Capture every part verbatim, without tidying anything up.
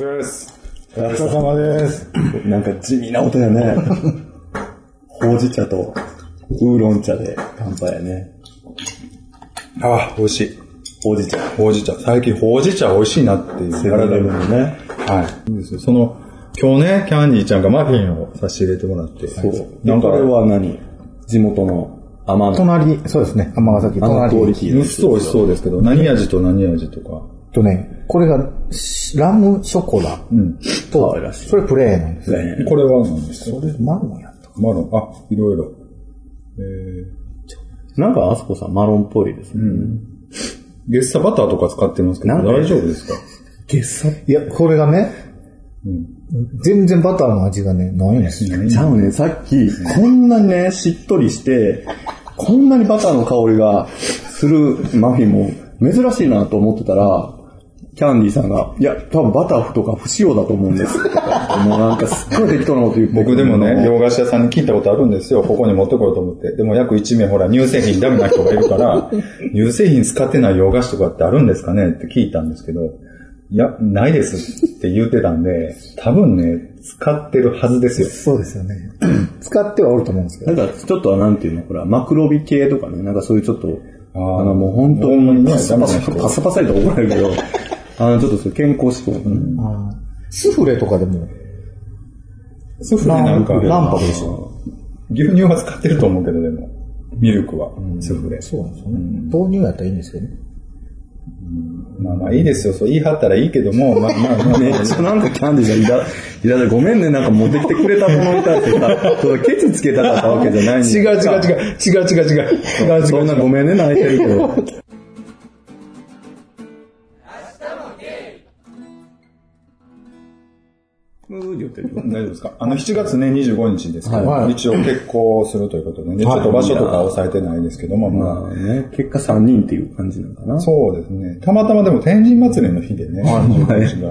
疲れです。 お疲れ様です。 なんか地味な音やね。ほうじ茶とウーロン茶で乾杯やね。 ああ、美味しい。 ほうじ茶。 ほうじ茶。最近ほうじ茶美味しいなっていう。 セブンイレブンのね。 はい。いいですよ。その、今日ね、キャンディーちゃんがマフィンを差し入れてもらって。 そう。なんかこれは何？地元の甘隣、そうですね。尼崎隣。 美味しそう美味しそうですけど、何味と何味とか。 とね、これがラムショコラと、うん、それプレーンなんですね。 これは何ですか？ それマロンやったかマロン。あ、いろいろ。 えー、なんかあそこさんマロンっぽいですね。うん、 ゲッサバターとか使ってますけど大丈夫ですか？ ゲッサ？いや、これがね、うん、全然バターの味がね、ないんですよ。 ちゃうね、さっき、こんなにね、しっとりして、こんなにバターの香りがするマフィンも珍しいなと思ってたら、キャンディーさんが、いや、多分バターとか不使用だと思うんです。もうなんかすっごい適当なこと言って僕でもね、洋菓子屋さんに聞いたことあるんですよ。ここに持ってこようと思って。でも約いち名ほら、乳製品ダメな人がいるから、乳製品使ってない洋菓子とかってあるんですかねって聞いたんですけど、いや、ないですって言ってたんで、多分ね、使ってるはずですよ。 そうですよね。使ってはおると思うんですけど。 なんかちょっとなんていうの、ほら、マクロビ系とかね、なんかそういうちょっと、あのもう本当にね、パサパサ、パサパサいと怒られるけど、あのちょっとそう健康志向、うん、 あスフレとかでも。 スフレなんか、 卵白でしょ。 牛乳は使ってると思うけど、でも、ミルクは、うん、スフレ。 そうなんですよね。うん、豆乳やったらいいんですよね。 うん、まあまあいいですよ。そう言い張ったらいいけども、まあまあまあ。 めっちゃなんかキャンディーがいら、いらでごめんね、なんか持ってきてくれたものに対してさ、ケチつけたかったわけじゃないん違う違う違う、違う違う違う。違う違う。 そんなごめんね、泣いてるけど。 言ってる大丈夫ですか？あのしちがつねにじゅうごにちですけど、はい、一応結婚するということでね、はい、ちょっと場所とか押さえてないですけども、 まあね、結果さんにんっていう感じなのかな。 そうですね。たまたまでも天神祭りの日でね、はい、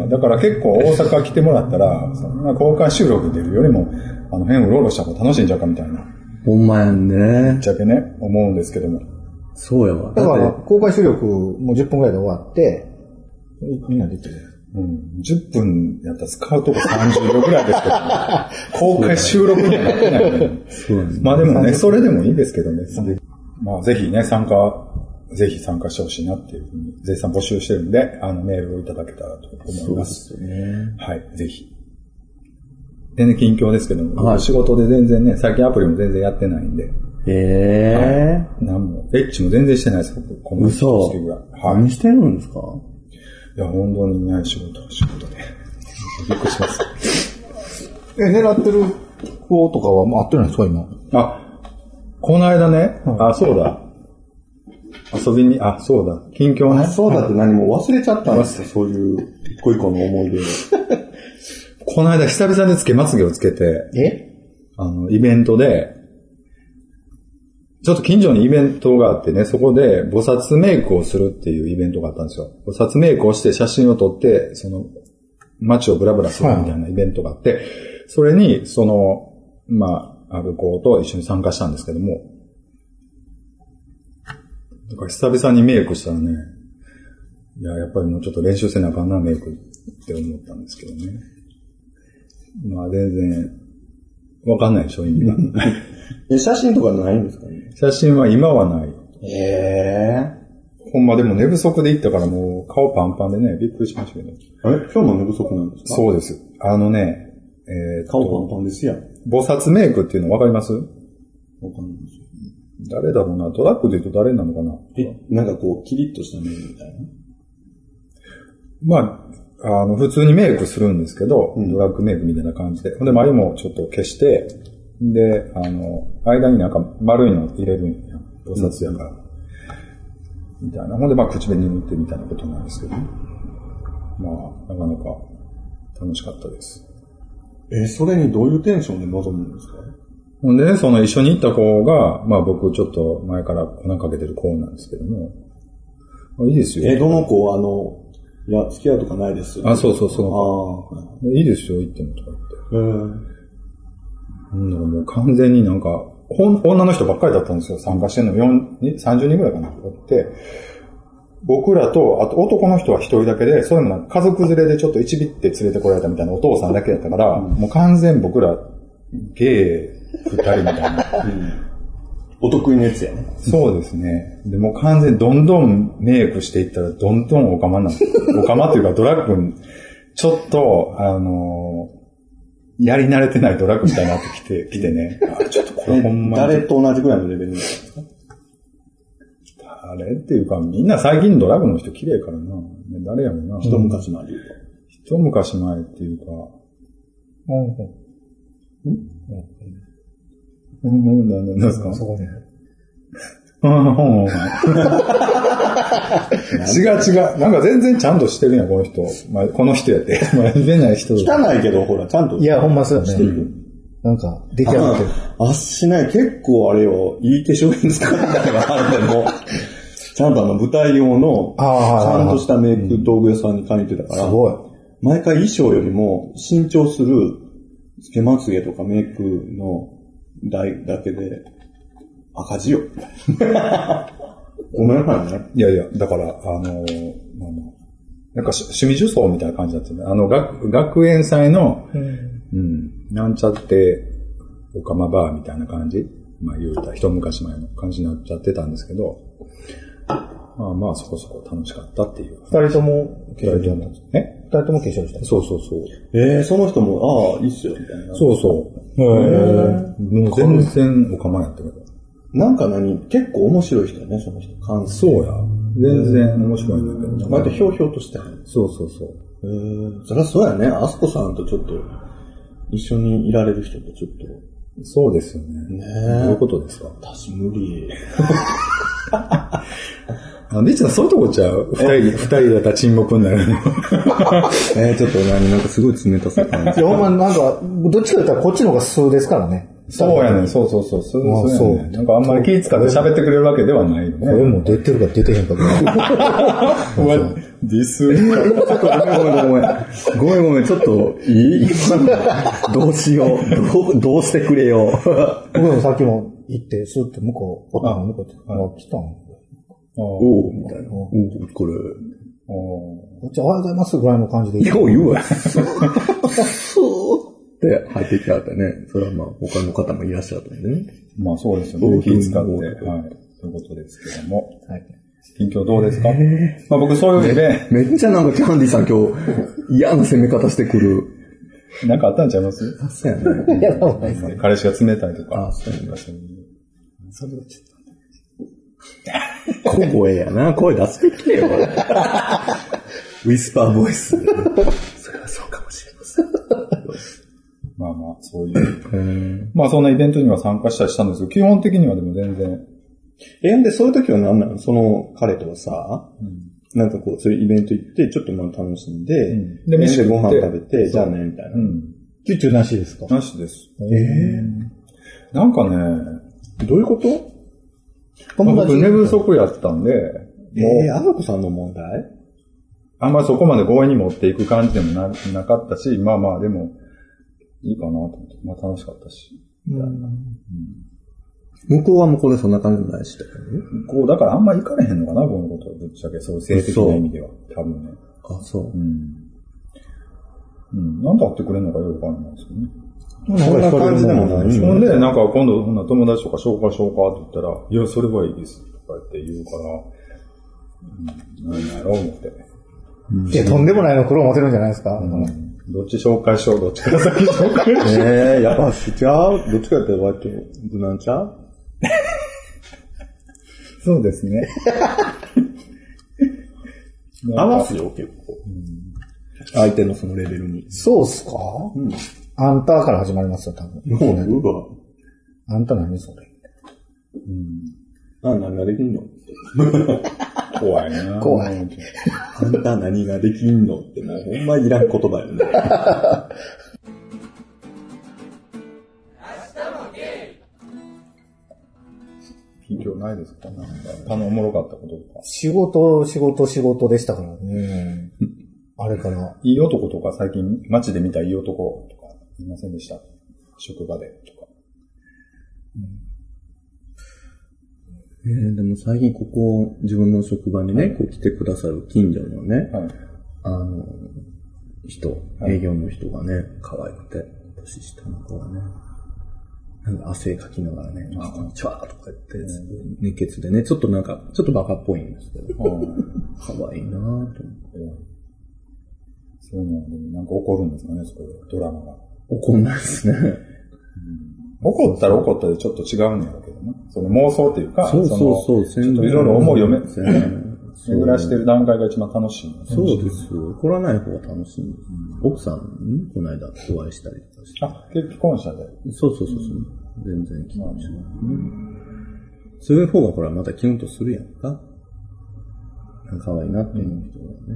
だから結構大阪来てもらったら、そんな公開収録出るよりも、あの辺うろうろした方が楽しいんちゃうかみたいな。 ほんまやんね。 ぶっちゃけね、思うんですけども。 そうやわ。 だから公開収録もうじゅっぷんぐらいで終わって、みんな出てる。 うん、じゅっぷんやったら使うとこさんじゅうびょうぐらいですけど、ね、公開収録にはなってないので。そうなんですね。まあでもね、それでもいいですけどね。まあぜひね、参加、ぜひ参加してほしいなっていうふうに、絶賛募集してるんで、あのメールをいただけたらと思います。 そうですね。 はい、ぜひ。全然近況ですけども、はい、仕事で全然ね、最近アプリも全然やってないんで。 へぇー。なんも、エッチも全然してないです、僕。この嘘。 ぐらい。 はい。何してるんですか？ いや、本当にね、仕事、仕事で。びっくりします。 え、狙ってる子とかはもう会ってるんですか、今。 あ、この間ね、はい、あ、そうだ。遊びに、あ、そうだ。近況ね。 そうだって何も忘れちゃったんですよ、そういう一個一個の思い出を。 この間久々につけまつげをつけて、 えあの、イベントで、ちょっと近所にイベントがあってね、そこで菩薩メイクをするっていうイベントがあったんですよ。菩薩メイクをして写真を撮って、その街をブラブラするみたいなイベントがあって、はい、それに、その、まあ、ある子と一緒に参加したんですけども、だから久々にメイクしたらね、いや、やっぱりもうちょっと練習せなあかんな、メイクって思ったんですけどね。まあ、全然、わかんないでしょ、意味が。 写真とかないんですかね？ 写真は今はない。 へー。ほんまでも寝不足で行ったからもう顔パンパンでね、びっくりしましたけど。 あれ今日も寝不足なんですか？ そうです。あのね、 えー、顔パンパンですやん。 菩薩メイクっていうのわかります？わかんないですよ。 誰だろうな、トラックで言うと誰なのかな？ え、なんかこう、キリッとしたメイクみたいな？ まあ、あの、普通にメイクするんですけど、うん、ドラッグメイクみたいな感じで。ほんで、眉もちょっと消して、で、あの、間になんか丸いの入れるんや。菩薩やから。うん、みたいな。ほんで、まあ、口紅塗ってみたいなことなんですけどね。まあ、なかなか楽しかったです。 え、それにどういうテンションで臨むんですか？ ほんでね、その一緒に行った子が、まあ僕ちょっと前から粉かけてる子なんですけども、あ、いいですよ。 え、どの子、あの、いや、付き合うとかないです。 あ、そうそうそう。ああ。いいですよ、行ってもとか言って。へえ。うん、もう完全になんか、女の人ばっかりだったんですよ、参加してるの。よん、さんじゅうにんぐらいかな、って。 僕らと、あと男の人は一人だけで、それもなんか家族連れでちょっと一ビって連れてこられたみたいなお父さんだけだったから、うん、もう完全僕ら、ゲイ二人みたいな。うんお得意のやつやね。 そうですね。で、もう完全にどんどんメイクしていったら、どんどんオカマになって、オカマっていうかドラッグに、ちょっと、あのー、やり慣れてないドラッグみたいになってきて、きてね。あ、ちょっとこれほんまに。 誰と同じぐらいのレベルですか？ 誰っていうか、みんな最近ドラッグの人綺麗からな。誰やもんな。 一昔前で言うと。 一昔前っていうか。うん。うんうん、なんなんですか？ そこに。 違う違う。なんか全然ちゃんとしてるやん、この人。まあ、この人やって。まあ、出ない人。 汚いけど、ほら、ちゃんと。 いや、ほんまそうやね。してる。なんか、出来上がってる。 あっしない、結構あれよ、いい化粧品使うみたいなのがあるんでも、ちゃんとあの、舞台用の、ちゃんとしたメイク道具屋さんに借りてたから、 すごい。 毎回衣装よりも、新調する、つけまつげとかメイクの、代だけで赤字よ。ごめんなさいね。 いやいや、だから、あのー、まあまあ、なんか趣味受賞みたいな感じだったね。あの、学、学園祭の、うん、うん、なんちゃって、オカマバーみたいな感じ。まあ言うた、一昔前の感じになっちゃってたんですけど、まあまあそこそこ楽しかったっていう。 二人とも化粧したんですね。 二人とも化粧した。 そうそうそう。 えー、その人も、ああ、いいっすよ、みたいな。 そうそう。へー。もう全然おかまやったけど。 なんか何結構面白い人やね、その人。感想。 そうや。全然面白いんだけど。 割とひょうひょうとしてる。 そうそうそう。 へー。そりゃそうやね。あすこさんとちょっと、一緒にいられる人とちょっと。 そうですよね。 ねえ。 どういうことですか？ 私無理。 あの、リッチさんそういうとこちゃう？二人、二人だったら沈黙になる。 えー、ちょっと何、なんかすごい冷たさ感じ。 いや、ほんまなんか、どっちか言ったらこっちの方が素ですからね。 そうやね。そうそうそう。そうそうそう、ね。なんかあんまり気使って喋ってくれるわけではないよね。 これも出てるか出てへんかぐらい。 ディス。 ちょっとごめんごめんごめん。ごめんごめん、ちょっと、いいどうしよう。どう、どうしてくれよ。 僕もさっきも行って、スーって向こう、あ、向こうって、あ、来たんおうみたいな。おうこれ。 こっちおはようございますぐらいの感じで。 よう言うわ。そうって入ってきたってね。それはまあ他の方もいらっしゃったんでね。 まあそうですよね。気使って。はい。そういうことですけども。はい。近況どうですか？まあ僕そういうね。 めっちゃなんかキャンディさん今日嫌な攻め方してくる。 なんかあったんちゃいます？ あ、そうやね。 いや、そうですね。 彼氏が冷たいとか。 あ、そうやね。それはちょっと。小声やな。声出してきてよ。ウィスパーボイス。それはそうかもしれません。 まあまあ、そういう。まあそんなイベントには参加したりしたんですけど、基本的にはでも全然。 え、んで、そういう時は何なの？その彼とはさ、うん、なんかこう、そういうイベント行って、ちょっとまあ楽しんで、うん、で、飯でご飯食べて、じゃあね、みたいな。うん。 キュッチュなしですか？ なしです。 ええー。なんかね、 どういうこと？ 僕寝不足やったんで、 ええー、あの子さんの問題？ あんまりそこまで強引に持っていく感じでも な, なかったし、まあまあでも、いいかなと思って、まあ楽しかったし。みたいな。うん、 向こうは向こうでそんな感じもないし、 向こうだからあんまり行かれへんのかな、僕のことは。ぶっちゃけ、そういう性的な意味では。多分ね。 あ、そう。 うん。うん。なんで会ってくれるのかよくわかんないですけどね。 そんな感じでもない。 ほんで、なんか今度、友達とか紹介しようかって言ったら、いや、それはいいです。とか言って言うから、うん、何やろう思って。 いや、とんでもないの黒持てるんじゃないですか、うん、 どっち紹介しよう、どっちから先紹介しよう。 ええー、やっぱしちゃうどっちかって割と無難ちゃうそうですね。 合わすよ、結構、うん。相手のそのレベルに。 そうっすか、うん、あんたから始まりますよ、多分。 もう、うわ。 あんた何それ。 うん。あ、何ができんの怖いな。 怖い。 あんた何ができんのってもうほんまいらん言葉よね。 近況ないですか？なんか、あの、おもろかったこととか。 仕事、仕事、仕事でしたからね。あれから。 いい男とか最近街で見たいい男とかいませんでした？職場でとか。 えー、でも最近ここ、自分の職場にね、こう来てくださる近所のね、はい、あの、人、営業の人がね、可愛くて、年下の子がね、なんか汗かきながらね、あ、こんにちはとか言って、熱血でね、ちょっとなんか、ちょっとバカっぽいんですけど、可愛いなぁと思って。 そういうのはでもなんか起こるんですかね、そこで、ドラマが。 起こんないですね。 うん、起こったら起こったでちょっと違うんやろうけどね。その妄想っていうか、 そうそうそう、 ちょっといろいろ思いをめ、巡らしてる段階が一番楽しい、ね。 そうです。怒らない方が楽しいんです。うん、奥さんにこの間お会いしたりとかして。 あ、結婚者で。 そうそうそうそう。うん、全然気持ちない。うん、そういう方がほらまたキュンとするやんか。可愛いなっていう人がね。うん。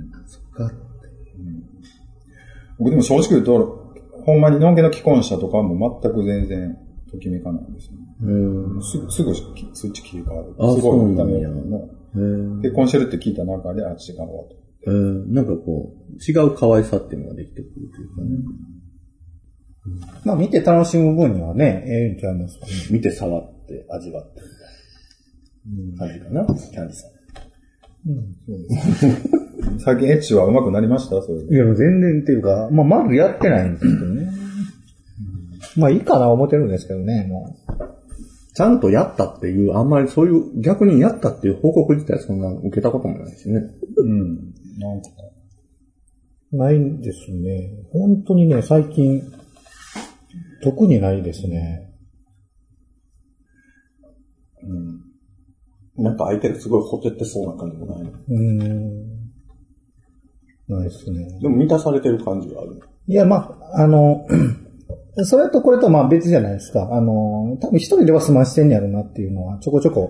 そっかって、うん。 僕でも正直言うと、ほんまにのんけの既婚者とかも全く全然ときめかないんですよ、ね。うん、すぐ、すぐスイッチ切り替わる。 あ、 すごい見た目の。 結婚してるって聞いた中で、あ、違うわと。 えー、なんかこう、違う可愛さっていうのができてくるというかね。 うん、まあ見て楽しむ分にはね、ええんちゃいますかね。 見て触って味わってみたいな感じかな、キャンディさん。 うん、そうです。最近エッチは上手くなりました？それいや、全然っていうか、まあまずやってないんですけどね。うん、まあいいかな思ってるんですけどね、もう。 ちゃんとやったっていう、あんまりそういう、逆にやったっていう報告自体そんな受けたこともないしね。 うん。なんか。 ないんですね。本当にね、最近、特にないですね。 うん。なんか相手がすごいほてってそうな感じもないの。 うーん。ないですね。 でも満たされてる感じがある。 いや、まあ、あの、それとこれとまあ別じゃないですか。あの、多分一人では済ましてんやろなっていうのはちょこちょこ。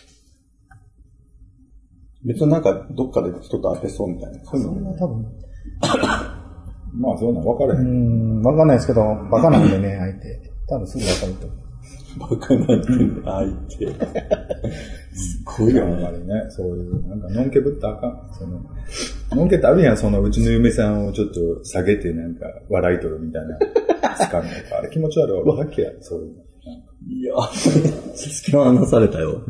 別になんかどっかで人と当てそうみたいな。 そんな多分。 まあそんなん分かれへん。 うーん、分かんないですけど、バカなんでね、相手。多分すぐ分かると思う。 バカなんでね、相手。すごいよね。 あんまりね、そういう、なんか、のんけぶったらあかん。その、のんけってあるやん、その、うちの嫁さんをちょっと下げて、なんか、笑いとるみたいな、つかみとか、あれ気持ち悪いわ。わけや、そういうの。 いや、突き放されたよ。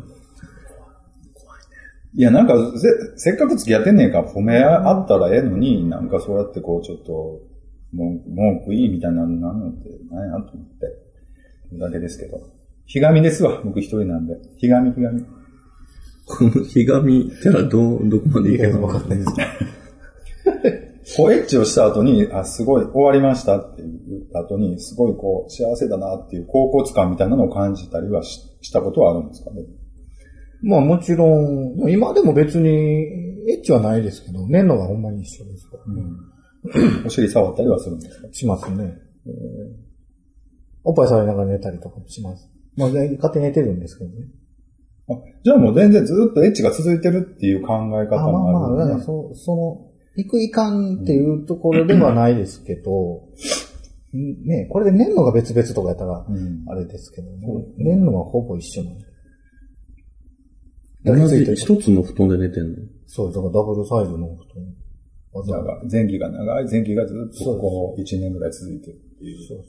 いや、なんか、せ、せっかく付き合ってんねんから、褒めあったらええのに、なんかそうやってこう、ちょっと、文句、文句いいみたいなのなんのって、なんやと思って。だけですけど。ひがみですわ、僕一人なんで。ひがみ、ひがみ。 このひがみったらどう、どこまでいけるのか分かんないですね。こう、エッチをした後に、あ、すごい、終わりましたって言った後に、すごいこう、幸せだなっていう高骨感みたいなのを感じたりは し, したことはあるんですかね。 まあもちろん、今でも別に、エッチはないですけど、寝るのがほんまに一緒ですから、 うん。お尻触ったりはするんですか？ しますね。えー、おっぱい触りながら寝たりとかもします。まあ勝手に寝てるんですけどね。 あ、じゃあもう全然ずっとエッチが続いてるっていう考え方もある、ね。あ、まあまあ、だからそその、行くいかんっていうところではないですけど、うん、ね、これで寝るのが別々とかやったら、あれですけどね、うん、寝るのはほぼ一緒なんで。 同じ一つの布団で寝てんの？ そう、だからダブルサイズの布団。 じゃあ、前期が長い、前期がずっとこう、いちねんぐらい続いてるっていう。そうです。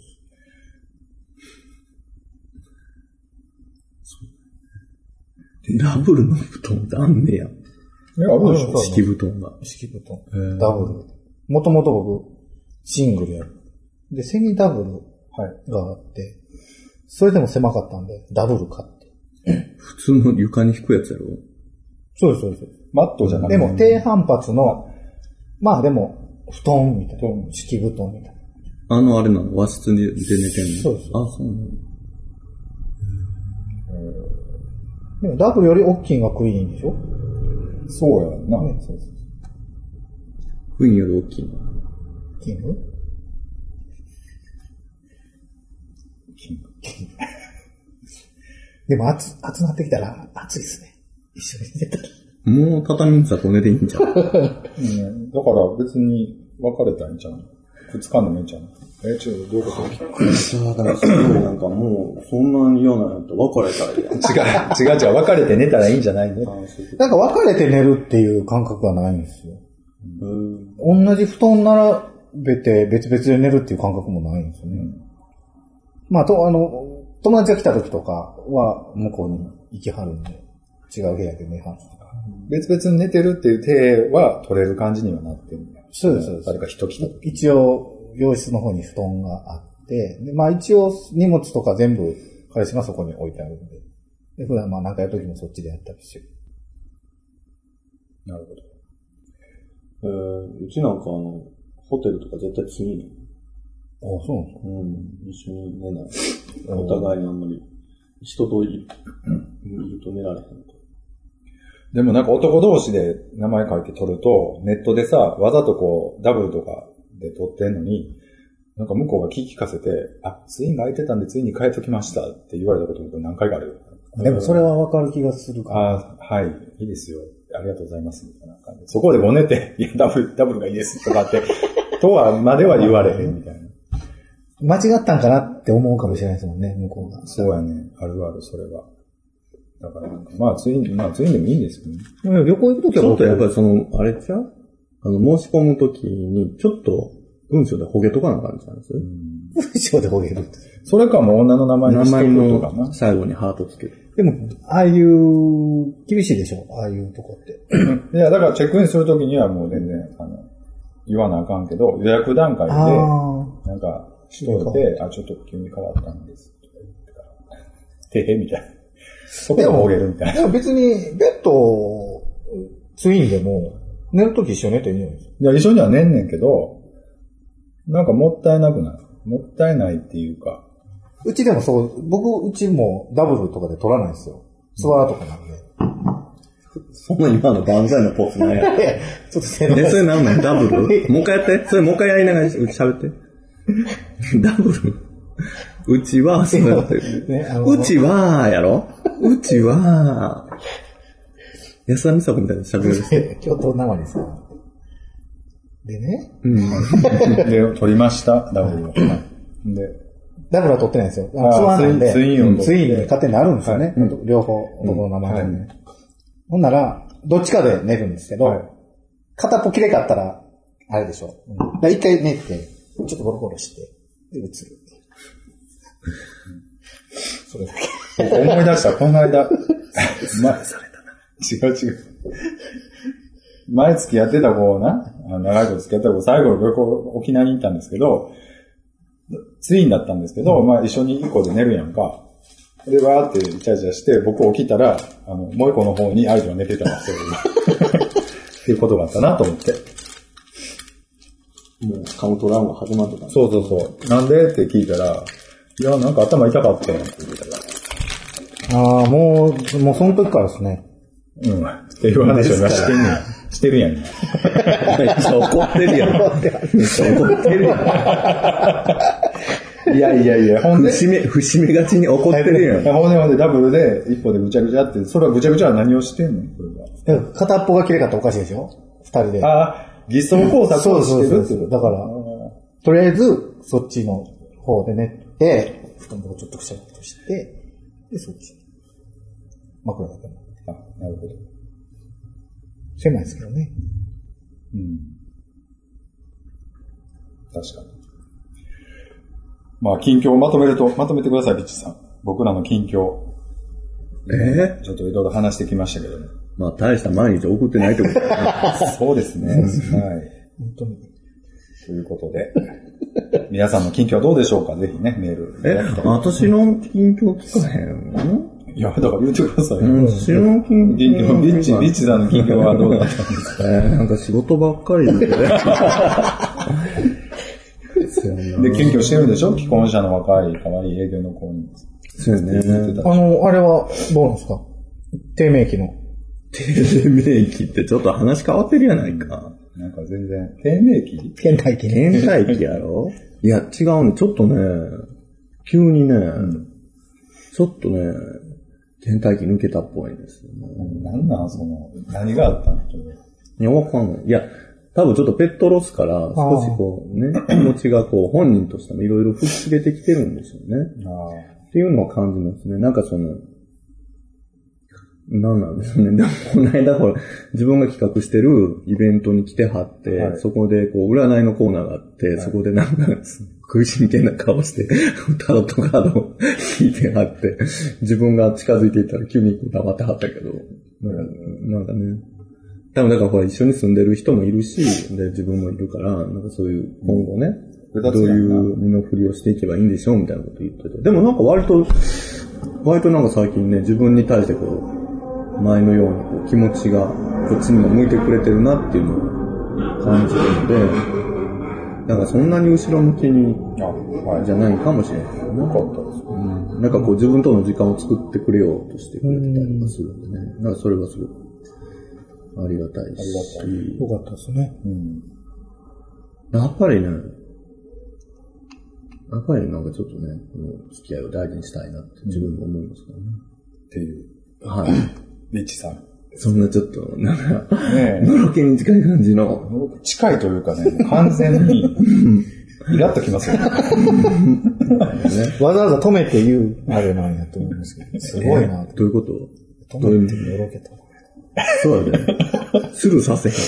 ダブルの布団ってあんねや。 いや、あるでしょ。 敷布団が。 敷布団。ダブル。もともと僕、シングルやる。で、セミダブルがあって、それでも狭かったんで、ダブル買って。 普通の床に引くやつやろ？ そうです、そうです。 マットじゃなくて。 でも、低反発の、まあでも、布団みたいな。敷布団みたいな。 あの、あれなの？和室で寝てんの？ そうです。 あ、そうなの？ でもダブルより大きいのがクイーンでしょ？ そうやな。ね、そうそう。 クイーンより大きいの？ キング？ キング。 でも暑、暑なってきたら暑いですね。一緒に寝たら。 もう畳にさと寝ていいんじゃん。うん、だから別に別れたらいいんちゃう？二日のめんちゃう？え、ちょっとどういうことさあ、だからすごいなんかもう、そんなに嫌なんやったら別れたらいいやん。 違う、違う違う、別れて寝たらいいんじゃないの？ なんか別れて寝るっていう感覚がないんですよ。うん、同じ布団並べて別々で寝るっていう感覚もないんですよね。うん、まあ、と、あの、 友達が来た時とかは向こうに行きはるんで、違う部屋で寝はる。 別々に寝てるっていう体は取れる感じにはなってるんだ。 そうです、そうです。 誰か人来た。 一応、洋室の方に布団があって、でまあ一応荷物とか全部彼氏がそこに置いてあるんで、で普段まあなんかやるときもそっちでやったりしてる。 なるほど。 えー、うちなんかあの、ホテルとか絶対ツイン。 ああ、そうなんですか。 うん、一緒に寝ない。お互いにあんまり、人とい、いると寝られへんから。 でもなんか男同士で名前書いて撮ると、ネットでさ、わざとこう、ダブルとかで撮ってんのに、なんか向こうが聞き聞かせて、あ、ツインが空いてたんでツインに変えときましたって言われたことも何回かあるよ。 でもそれはわかる気がするから。 あ、はい、いいですよ。ありがとうございます。みたいな感じで。そこでごねて、いや、ダブル、ダブルがいいですとかって、とは、までは言われへんみたいな。 間違ったんかなって思うかもしれないですもんね、向こうが。 そうやね。あるある、それは。だからなんか、まあ、ツイン、まあ、ツインでもいいんですけどね。 旅行行くときはちょっとやっぱりその、あれちゃうあの、申し込むときに、ちょっと、文章でほげとかな感じなんですよ。 文章でほげるって。 それかも女の名前にしてくとかな。 最後にハートつける。 でも、ああいう、厳しいでしょ、ああいうとこって。 いや、だからチェックインするときにはもう全然、あの、言わなあかんけど、予約段階で、なんか、しといて、あ、ちょっと急に変わったんです。てへ、みたいな。そこでほげるみたいな。 いや、別に、ベッド、ツインでも、寝るとき一緒に寝ていいんじゃないですか。 いや、一緒には寝んねんけど、なんかもったいなくないもったいないっていうか。 うちでもそう、僕、うちもダブルとかで取らないんですよ。ツアーとかなんで。 そんな今の万歳のポーズなんや。 ちょっと背の。 え、それなんなんダブルもう一回やって。それもう一回やりながら喋って。ダブルうちは、そうやって。ね、うちは、やろうちは、安田美沙子みたいな喋る。 京都生ですか。でね。 うん。で、取りました、ダブルを。で、 ダブルは取ってないんですよ。ツアーなんで、 ツインをツインに勝手になるんですよね。はい、両方、男の名前で、うんはい。ほんなら、どっちかで寝るんですけど、はい、片っぽきれかったら、あれでしょ。うん、一回寝て、ちょっとゴロゴロして、で、映る。それだけ。 思い出した、この間。ま、違う違う。前付き合ってた子な、長いこと付き合ってた子、最後旅行沖縄に行ったんですけど、ツインだったんですけど、うん、まあ一緒に一個で寝るやんか。で、わーってイチャイチャして、僕起きたら、あの、もう一個の方に相手が寝てたんですよ。っていうことがあったなと思って。 もうカウントダウンが始まってたんそうそうそう。なんでって聞いたら、いや、なんか頭痛かったよって言ってたら。ああ、もう、もうその時からですね。 うん。っていう話を今してんねん。してるやん。めっちゃ怒ってるやん。めっちゃ怒ってるやん。いやいやいや、 ほんで。節目、節目がちに怒ってるやん。 ほんでほんでダブルで一歩でぐちゃぐちゃって、それはぐちゃぐちゃは何をしてんのこれは。片っぽが切れかったらおかしいでしょ二人で。 ああ、偽装工作をしてるっていう。 だから、とりあえず、そっちの方で寝て、布団とかちょっとくしゃっとして、で、そっち。枕だけ。 あ、なるほど。 狭いですけどね。 うん。確かに。まあ、近況をまとめると、まとめてください、リッチさん。僕らの近況。 えー、 ちょっといろいろ話してきましたけどね。 まあ、大した毎日送ってないってことだね。そうですね。はい。 本当に。 ということで。皆さんの近況はどうでしょうかぜひね、メール。 え、私の近況聞かへんのいや、だから言ってくださいよ。 うん、私の近況。 リッチ、リッチさんの近況はどうだったんですかえー、なんか仕事ばっかりで。 で、謙虚してるでしょ既婚者の若い、可愛い営業の子に。 そうね。 あの、あれは、どうなんですか低迷期の。 低迷期ってちょっと話変わってるやないか。 なんか全然、低迷期倦怠期ね。倦怠期やろいや、違うね。ちょっとね、急にね、うん、ちょっとね、倦怠期抜けたっぽいんですよね。 なんなんその、何があったのいや、わかんない。いや、多分ちょっとペットロスから少しこうね、気持ちがこう本人としてもいろいろ吹きつけてきてるんでしょうね。あっていうのは感じますね。なんかその、 なんなんですね。でも、この間、ほら、自分が企画してるイベントに来てはって、はい、そこで、こう、占いのコーナーがあって、はい、そこでなんか、すっごい真剣な顔して、タロットカードを引いてはって、自分が近づいていったら急に黙ってはったけど、なんかね、多分だからほら、一緒に住んでる人もいるし、で、自分もいるから、なんかそういう、今後ね、うん、どういう身の振りをしていけばいいんでしょうみたいなこと言ってて。でもなんか割と、割となんか最近ね、自分に対してこう、前のようにこう気持ちがこっちにも向いてくれてるなっていうのを感じるので、なんかそんなに後ろ向きに、じゃないかもしれない。なかったです、うん。なんかこう自分との時間を作ってくれようとしてくれてたりとかするんでね。なんかそれはすごくありがたいし。 ありがたい。よかったですね。うん。 やっぱりね、やっぱりなんかちょっとね、この付き合いを大事にしたいなって自分も思いますからね。 っていう。 はい。 リッチさん。 そんなちょっと、なんか、ねえ。のろけに近い感じの。 近いというかね、完全に、イラッときますよね。 わざわざ止めて言う、あれなんやと思うんですけど、すごいな、えー。 どういうこと止めてのろけた。 そうだね。スルーさせへん。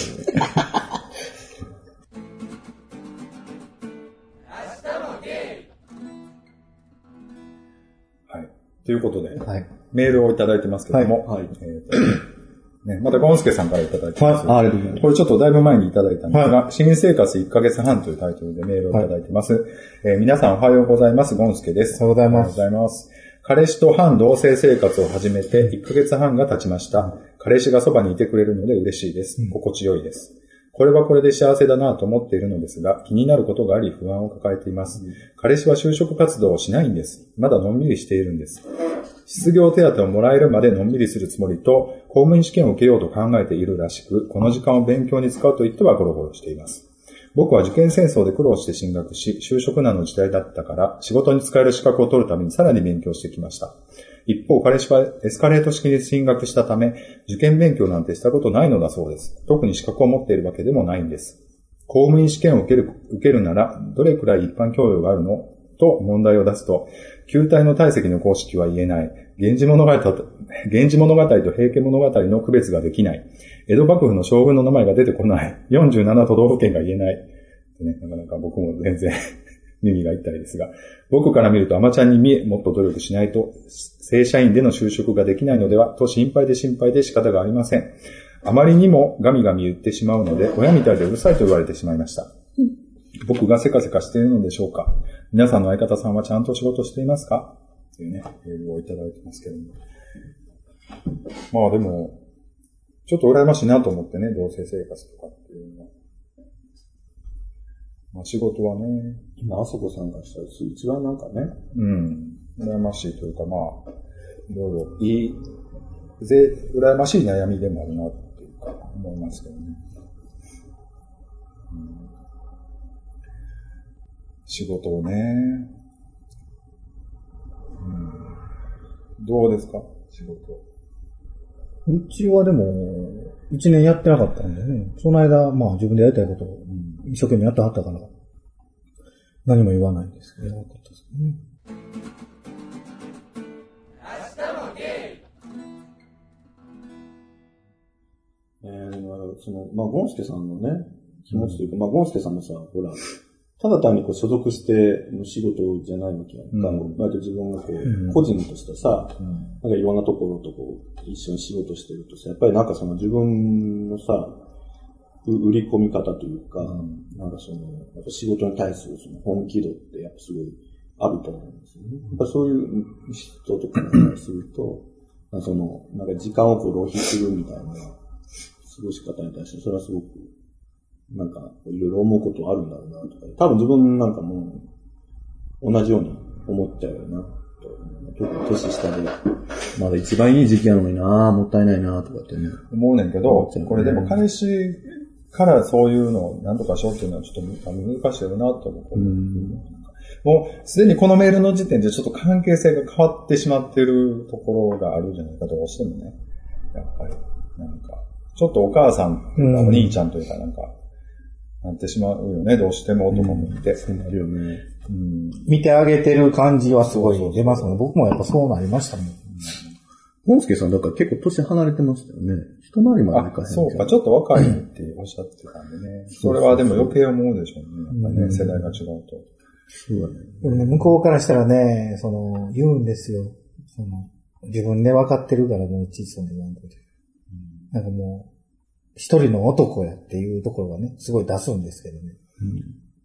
ということで、 はい、 メールをいただいてますけども、はいはいえーとね、またゴンスケさんからいただいてます、はい。ありがとうございます。これちょっとだいぶ前にいただいたんですが、はい、新生活いっかげつはんというタイトルでメールをいただいてます。はいえー、皆さんおはようございます。ゴンスケです。 おはようございます。 おはようございます。彼氏と半同棲生活を始めていっかげつはんが経ちました。彼氏がそばにいてくれるので嬉しいです。心地よいです。これはこれで幸せだなと思っているのですが、気になることがあり不安を抱えています。うん、彼氏は就職活動をしないんです。まだのんびりしているんです。失業手当をもらえるまでのんびりするつもりと、公務員試験を受けようと考えているらしく、この時間を勉強に使うと言ってはゴロゴロしています。僕は受験戦争で苦労して進学し、就職難の時代だったから、仕事に使える資格を取るためにさらに勉強してきました。一方、彼氏はエスカレート式に進学したため、受験勉強なんてしたことないのだそうです。特に資格を持っているわけでもないんです。公務員試験を受ける、受けるなら、どれくらい一般教養があるのと問題を出すと、球体の体積の公式は言えない。源氏物語と、源氏物語と平家物語の区別ができない。江戸幕府の将軍の名前が出てこない。よんじゅうなな都道府県が言えない。ね、なかなか僕も全然耳が痛いですが、僕から見るとアマちゃんに見え、もっと努力しないと、正社員での就職ができないのでは、と心配で心配で仕方がありません。あまりにもガミガミ言ってしまうので、親みたいでうるさいと言われてしまいました。僕がせかせかしているのでしょうか。皆さんの相方さんはちゃんと仕事していますかというね、メールをいただいてますけども。まあでも、ちょっと羨ましいなと思ってね、同棲生活とかっていうのは。まあ仕事はね。 今、あそこさんがしたら一番なんかね。 うん。羨ましいというか、まあ、いろいろいい、ぜ、羨ましい悩みでもあるなっていうか、思いますけどね。うん仕事をね、うん。どうですか仕事。 うちはでも、一年やってなかったんでね、その間、まあ自分でやりたいことを一生懸命やってはったから、何も言わないんですけど、よかったですね。明日もゲイえー、でもその、まあ、ゴンスケさんのね、気持ちというか、うん、まあ、ゴンスケさんもさ、ほら、ただ単にこう所属しての仕事じゃないわけやんか。うん、割と自分がこう、うん、個人としてさ、うん、なんかいろんなところとこう、一緒に仕事してるとさ、やっぱりなんかその自分のさ、売り込み方というか、うん、なんかその、やっぱ仕事に対するその本気度ってやっぱすごいあると思うんですよね。やっぱそういう人とかにすると、その、なんか時間をこう浪費するみたいな過ごし方に対して、それはすごく、なんか、いろいろ思うことあるんだろうな、とか。多分自分なんかも、同じように思っちゃうよな、と。特に年下で、まだ一番いい時期やのにな、もったいないな、とかってね。 思うねんけど、これでも彼氏からそういうのを何とかしようっていうのはちょっと難しいよな、と思う。うん、もう、すでにこのメールの時点でちょっと関係性が変わってしまってるところがあるじゃないか、どうしてもね。やっぱり、なんか、ちょっとお母さん、うん、お兄ちゃんというかなんか、なってしまうよね、どうしてもとか思って。 そうなるよね。うん、見てあげてる感じはすごい出ますね。僕もやっぱそうなりましたもん。うん、 ゴンスケさんだから結構年離れてましたよね。一回りまでいかへん。 あ、そうか、ちょっと若いっておっしゃってたんでね。それはでも余計思うでしょうね。やっぱね、うん、世代が違うと。 そうだね。 でもね、向こうからしたらね、その、言うんですよ。その、自分で分かってるからもういちいちその言わんといて。うん、なんかもう、一人の男やっていうところがね、すごい出すんですけどね。うん、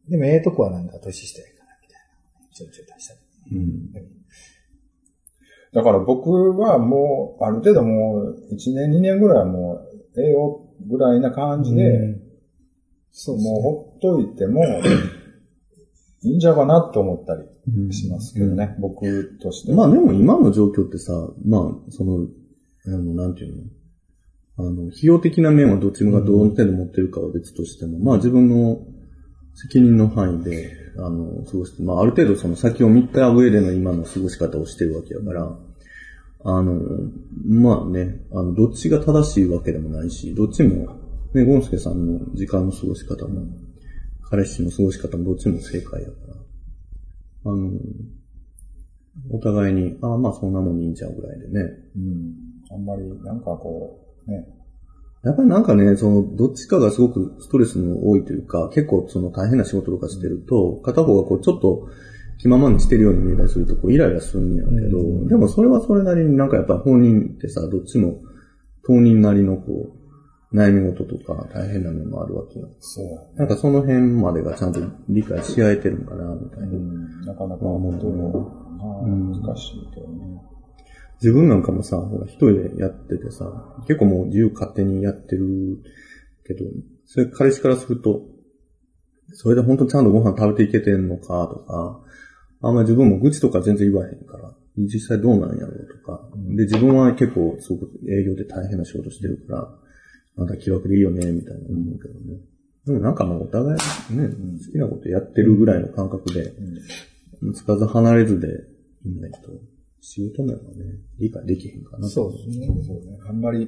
でもええとこはなんか年下やからみたいな。ちょいちょい出したり。うん、 だから僕はもう、ある程度もう、いちねん、にねんぐらいはもう、ええよぐらいな感じで、うん、そうですね、もうほっといても、いいんじゃかなって思ったりしますけどね、うん、僕としては。 まあでも今の状況ってさ、まあ、その、あの、なんていうのあの、費用的な面はどっちがどの程度持ってるかは別としても、うん、まあ自分の責任の範囲で、あの、過ごして、まあある程度その先を見た上での今の過ごし方をしてるわけだから、あの、まあね、あの、どっちが正しいわけでもないし、どっちも、ね、ゴンスケさんの時間の過ごし方も、彼氏の過ごし方もどっちも正解やから、あの、お互いに、ああ、まあそんなもんいいんちゃうぐらいでね。 うん。あんまり、なんかこう、ね。 やっぱりなんかね、その、どっちかがすごくストレスの多いというか、結構その大変な仕事とかしてると、片方がこうちょっと気ままにしてるように見えたりすると、こうイライラするんやけど、うん、でもそれはそれなりになんかやっぱ本人ってさ、どっちも当人なりのこう、悩み事とか大変な面もあるわけよ。 そう、ね。 なんかその辺までがちゃんと理解し合えてるのかな、みたいな。うん、 なかなか思うと難しいけどね。 自分なんかもさ、ほら一人でやっててさ、結構もう自由勝手にやってるけど、それ彼氏からすると、それで本当にちゃんとご飯食べていけてんのかとか、あんまり自分も愚痴とか全然言わへんから、実際どうなんやろうとか、うん、で自分は結構すごく営業で大変な仕事してるから、なんか気楽でいいよね、みたいな思うけどね。でもなんかもうお互いね、うん、好きなことやってるぐらいの感覚で、うん、つかず離れずでいないと。仕事面はね、理解できへんかな。 そうですね。そうね。あんまり、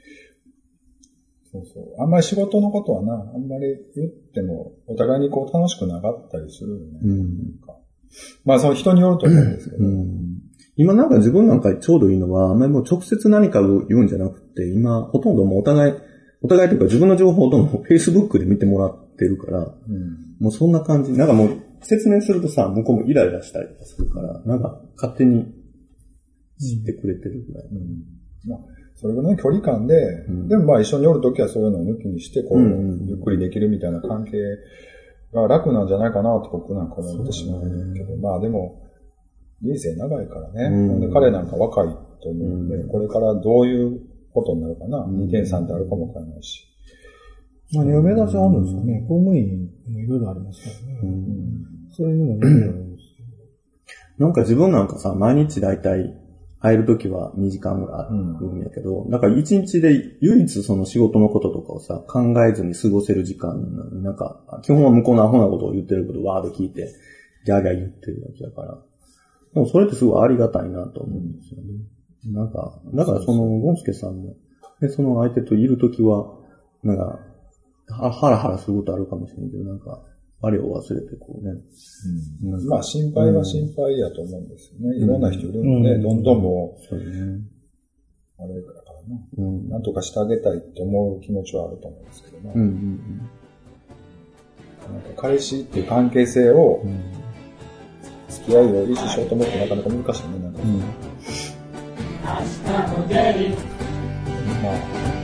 そうそう。あんまり仕事のことはな、あんまり言っても、お互いにこう楽しくなかったりするよね。うん、まあその人によると思うんですけど、うん。 今なんか自分なんかちょうどいいのは、あんまりもう直接何かを言うんじゃなくて、今ほとんどもうお互い、お互いというか自分の情報をどんどん Facebook で見てもらってるから、うん、もうそんな感じ。なんかもう説明するとさ、向こうもイライラしたりとかするから、なんか勝手に、知ってくれてるぐらい。うん、 まあ、それぐらいの距離感で、うん、でもまあ一緒におるときはそういうのを抜きにして、こう、うんうん、ゆっくりできるみたいな関係が楽なんじゃないかなと僕なんか思ってしまうけど、まあでも、人生長いからね、うん、で彼なんか若いと思うんで、うん、これからどういうことになるかな、うん、にてんさんってあるかもわからないし。 何を目指しあるんですかね、公務員もいろいろありますからね。うん、それにもいろいろあるんですけど。なんか自分なんかさ、毎日だいたい、入るときはにじかんぐらいあるんやけど、うん、だからいちにちで唯一その仕事のこととかをさ、考えずに過ごせる時間なの。なんか、基本は向こうのアホなことを言ってることをワード聞いて、ギャーギャー言ってるわけだから。でもそれってすごいありがたいなと思うんですよね。なんか、だからその、ゴンスケさんも、で、その相手といるときは、なんか、ハラハラすることあるかもしれんけど、なんか、あれを忘れてこうね。 うん、まあ心配は心配やと思うんですよね。うん、いろんな人いるんで、ね、うん、どんどんもう、そうね、あれからな、うん、なんとかしてあげたいって思う気持ちはあると思うんですけどね。うんうんうん、なんか彼氏っていう関係性を、うん、付き合いを維持しようと思ってなかなか難しいね。なんか、うん、まあ